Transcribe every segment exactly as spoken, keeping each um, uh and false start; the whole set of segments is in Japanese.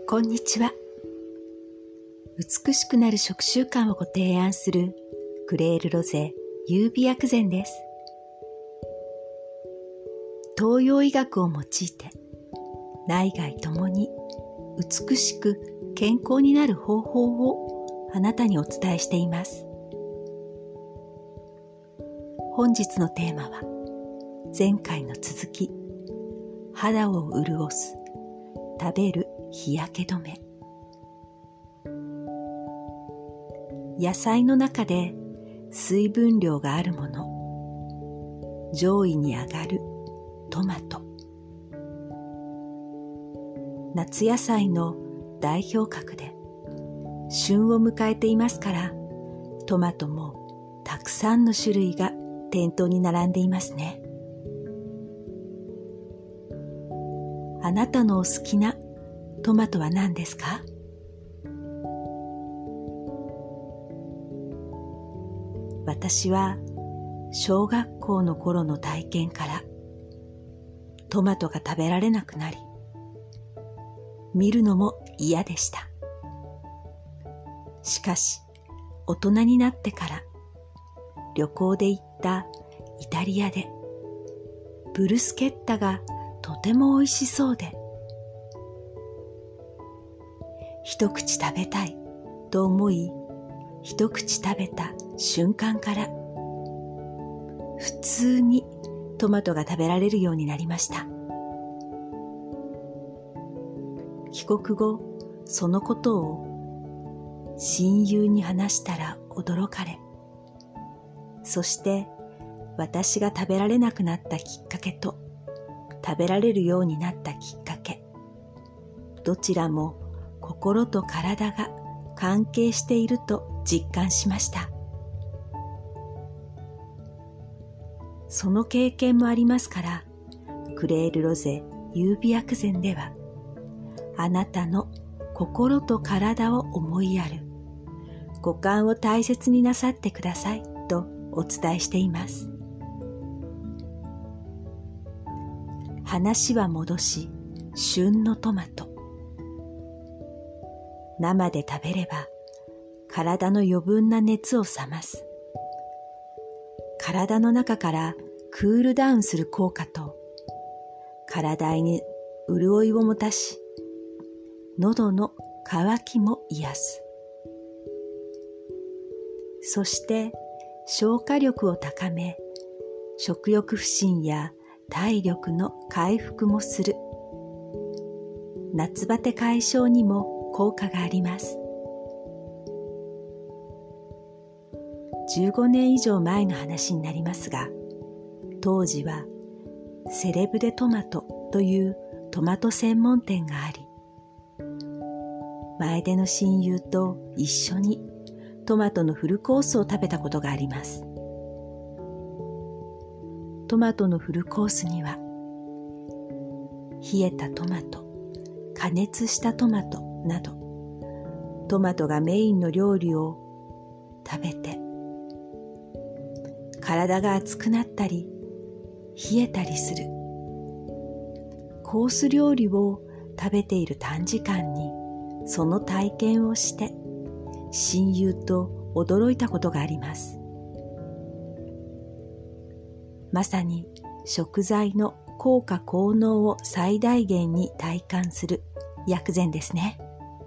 こんにちは。美しくなる食習慣をご提案するクレールロゼ優美薬膳です。東洋医学を用いて内外ともに美しく健康になる方法をあなたにお伝えしています。本日のテーマは前回の続き、肌を潤す食べる日焼け止め。野菜の中で水分量があるもの、上位に上がるトマト。夏野菜の代表格で旬を迎えていますから、トマトもたくさんの種類が店頭に並んでいますね。あなたのお好きなトマトは何ですか？私は小学校の頃の体験からトマトが食べられなくなり、見るのも嫌でした。しかし大人になってから旅行で行ったイタリアでブルスケッタがとても美味しそうで、一口食べたいと思い、一口食べた瞬間から普通にトマトが食べられるようになりました。帰国後、そのことを親友に話したら驚かれ、そして私が食べられなくなったきっかけと食べられるようになったきっかけ、どちらも心と体が関係していると実感しました。その経験もありますから、クレールロゼ優美薬膳では、あなたの心と体を思いやる、五感を大切になさってくださいとお伝えしています。話は戻し、旬のトマト。生で食べれば体の余分な熱を冷ます。体の中からクールダウンする効果と、体に潤いをもたし、喉の渇きも癒す。そして消化力を高め、食欲不振や体力の回復もする。夏バテ解消にも効果があります。じゅうごねん以上前の話になりますが、当時はセレブデトマトというトマト専門店があり、前での親友と一緒にトマトのフルコースを食べたことがあります。トマトのフルコースには、冷えたトマト、加熱したトマトなど、トマトがメインの料理を食べて、体が熱くなったり冷えたりするコース料理を食べている短時間にその体験をして、親友と驚いたことがあります。まさに食材の効果効能を最大限に体感する薬膳ですね。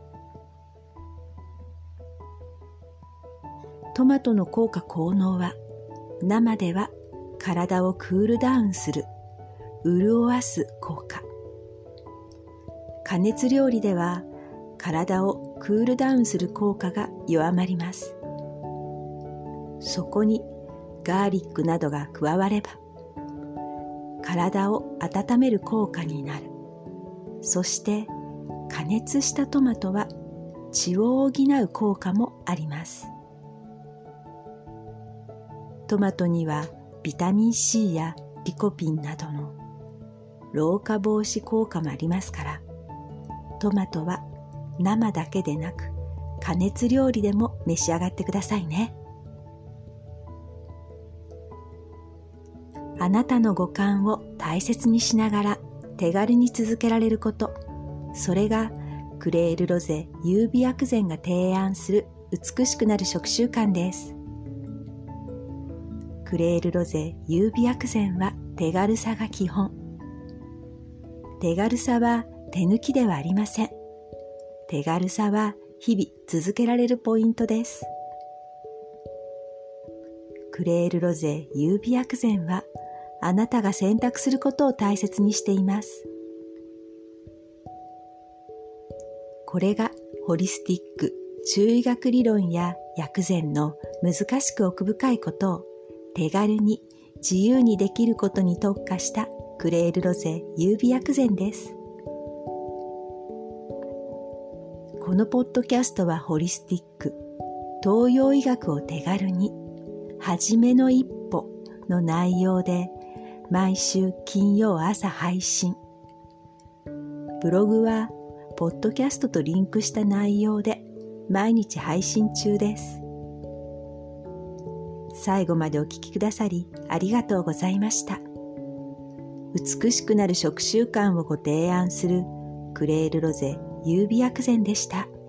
トマトの効果効能は、生では体をクールダウンする、潤わす効果。加熱料理では体をクールダウンする効果が弱まります。そこにガーリックなどが加われば、体を温める効果になる。そして加熱したトマトは血を補う効果もあります。トマトにはビタミン C やリコピンなどの老化防止効果もありますから、トマトは生だけでなく加熱料理でも召し上がってくださいね。あなたの五感を大切にしながら手軽に続けられること、それがクレールロゼ優美薬膳が提案する美しくなる食習慣です。クレールロゼ優美薬膳は手軽さが基本。手軽さは手抜きではありません。手軽さは日々続けられるポイントです。クレールロゼ優美薬膳はあなたが選択することを大切にしています。これがホリスティック中医学理論や薬膳の難しく奥深いことを手軽に自由にできることに特化したクレールロゼ優美薬膳です。このポッドキャストはホリスティック東洋医学を手軽にはじめの一歩の内容で毎週金曜朝配信。ブログはポッドキャストとリンクした内容で毎日配信中です。最後までお聞きくださりありがとうございました。美しくなる食習慣をご提案するクレールロゼ優美薬膳でした。